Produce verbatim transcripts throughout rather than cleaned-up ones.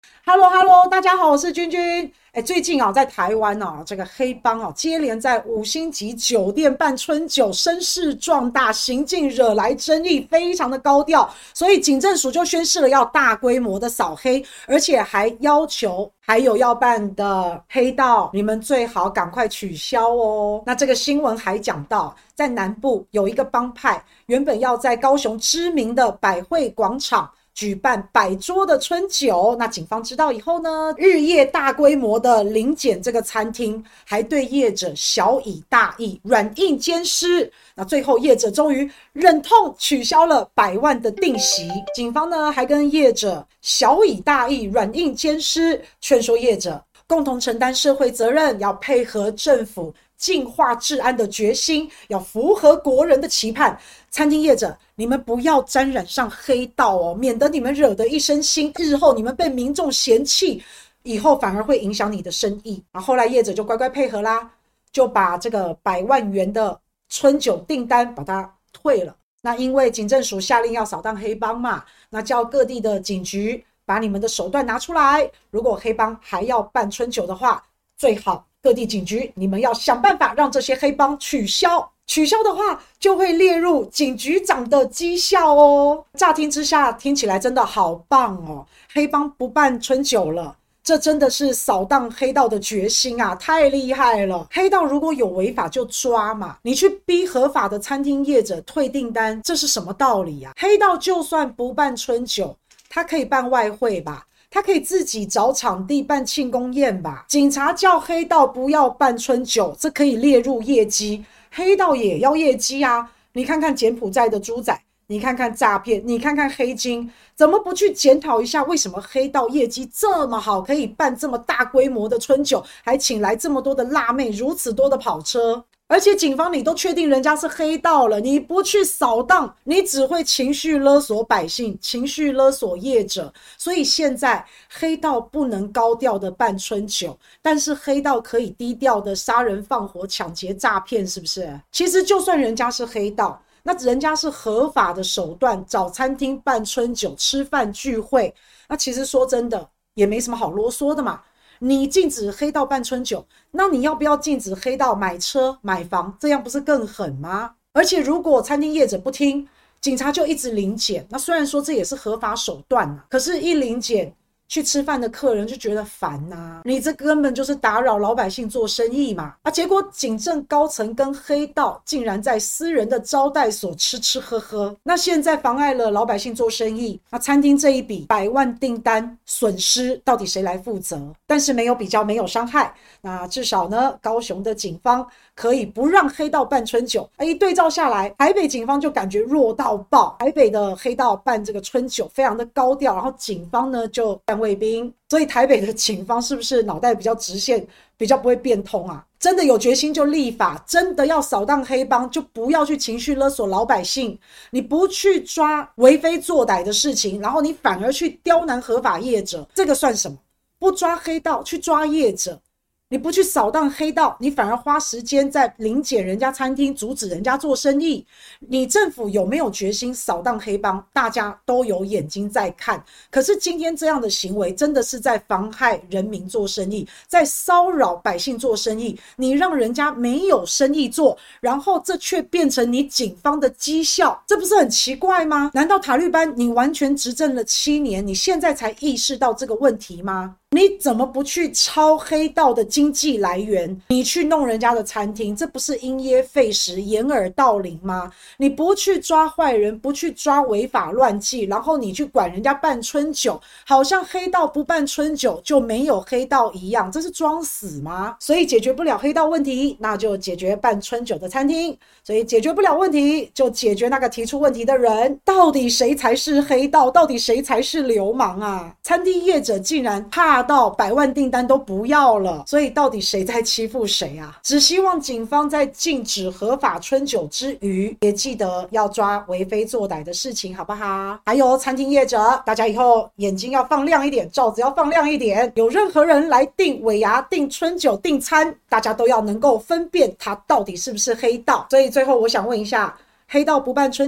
Hello Hello，大家好，我是君君。哎，最近啊，在台湾啊，这个黑帮啊，接连在五星级酒店办春酒，声势壮大，行径惹来争议，非常的高调。所以警政署就宣示了要大规模的扫黑，而且还要求还有要办的黑道，你们最好赶快取消哦。那这个新闻还讲到，在南部有一个帮派，原本要在高雄知名的百汇广场举办百桌的春酒，那警方知道以后呢，日夜大规模的临检这个餐厅，还对业者小以大义，软硬兼施。那最后业者终于忍痛取消了百万的定席，警方呢还跟业者小以大义，软硬兼施，劝说业者共同承担社会责任，要配合政府净化治安的决心，要符合国人的期盼。餐厅业者，你们不要沾染上黑道哦，免得你们惹得一身腥，日后你们被民众嫌弃，以后反而会影响你的生意。然后后来业者就乖乖配合啦，就把这个百万元的春酒订单把它退了。那因为警政署下令要扫荡黑帮嘛，那叫各地的警局把你们的手段拿出来，如果黑帮还要办春酒的话，最好各地警局你们要想办法让这些黑帮取消，取消的话就会列入警局长的绩效哦。乍听之下听起来真的好棒哦，黑帮不办春酒了，这真的是扫荡黑道的决心啊，太厉害了。黑道如果有违法就抓嘛，你去逼合法的餐厅业者退订单，这是什么道理啊？黑道就算不办春酒，他可以办外汇吧，他可以自己找场地办庆功宴吧。警察叫黑道不要办春酒，这可以列入业绩，黑道也要业绩啊。你看看柬埔寨的猪仔，你看看诈骗，你看看黑金，怎么不去检讨一下为什么黑道业绩这么好，可以办这么大规模的春酒，还请来这么多的辣妹，如此多的跑车？而且警方你都确定人家是黑道了，你不去扫荡，你只会情绪勒索百姓，情绪勒索业者。所以现在黑道不能高调的办春酒，但是黑道可以低调的杀人放火、抢劫诈骗，是不是？其实就算人家是黑道，那人家是合法的手段，找餐厅办春酒、吃饭聚会，那其实说真的也没什么好啰嗦的嘛。你禁止黑道办春酒，那你要不要禁止黑道买车买房？这样不是更狠吗？而且如果餐厅业者不听，警察就一直临检，那虽然说这也是合法手段啊，可是一临检去吃饭的客人就觉得烦啊，你这根本就是打扰老百姓做生意嘛。啊，结果警政高层跟黑道竟然在私人的招待所吃吃喝喝，那现在妨碍了老百姓做生意，那餐厅这一笔百万订单损失到底谁来负责？但是没有比较，没有伤害，那至少呢，高雄的警方可以不让黑道办春酒。一对照下来，台北警方就感觉弱到爆，台北的黑道办这个春酒非常的高调，然后警方呢就办卫兵，所以台北的警方是不是脑袋比较直线，比较不会变通啊？真的有决心就立法，真的要扫荡黑帮，就不要去情绪勒索老百姓。你不去抓为非作歹的事情，然后你反而去刁难合法业者，这个算什么？不抓黑道，去抓业者。你不去扫荡黑道，你反而花时间在临检人家餐厅，阻止人家做生意。你政府有没有决心扫荡黑帮？大家都有眼睛在看。可是今天这样的行为真的是在妨害人民做生意，在骚扰百姓做生意。你让人家没有生意做，然后这却变成你警方的绩效，这不是很奇怪吗？难道塔利班你完全执政了七年，你现在才意识到这个问题吗？你怎么不去抄黑道的经济来源？你去弄人家的餐厅，这不是因噎废食、掩耳盗铃吗？你不去抓坏人，不去抓违法乱纪，然后你去管人家办春酒，好像黑道不办春酒就没有黑道一样，这是装死吗？所以解决不了黑道问题，那就解决办春酒的餐厅；所以解决不了问题，就解决那个提出问题的人。到底谁才是黑道？到底谁才是流氓啊？餐厅业者竟然怕到百万订单都不要了，所以到底谁在欺负谁啊？只希望警方在禁止合法春酒之余，也记得要抓为非作歹的事情，好不好？还有餐厅业者，大家以后眼睛要放亮一点，罩子要放亮一点，有任何人来订尾牙、订春酒、订餐，大家都要能够分辨他到底是不是黑道。所以最后我想问一下，黑道不办春酒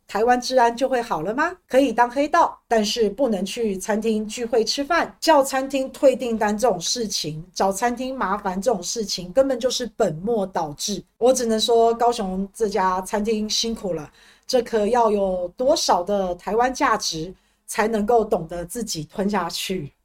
台湾治安就会好了吗？可以当黑道，但是不能去餐厅聚会吃饭，叫餐厅退订单这种事情，找餐厅麻烦这种事情，根本就是本末倒置。我只能说高雄这家餐厅辛苦了，这可要有多少的台湾价值才能够懂得自己吞下去。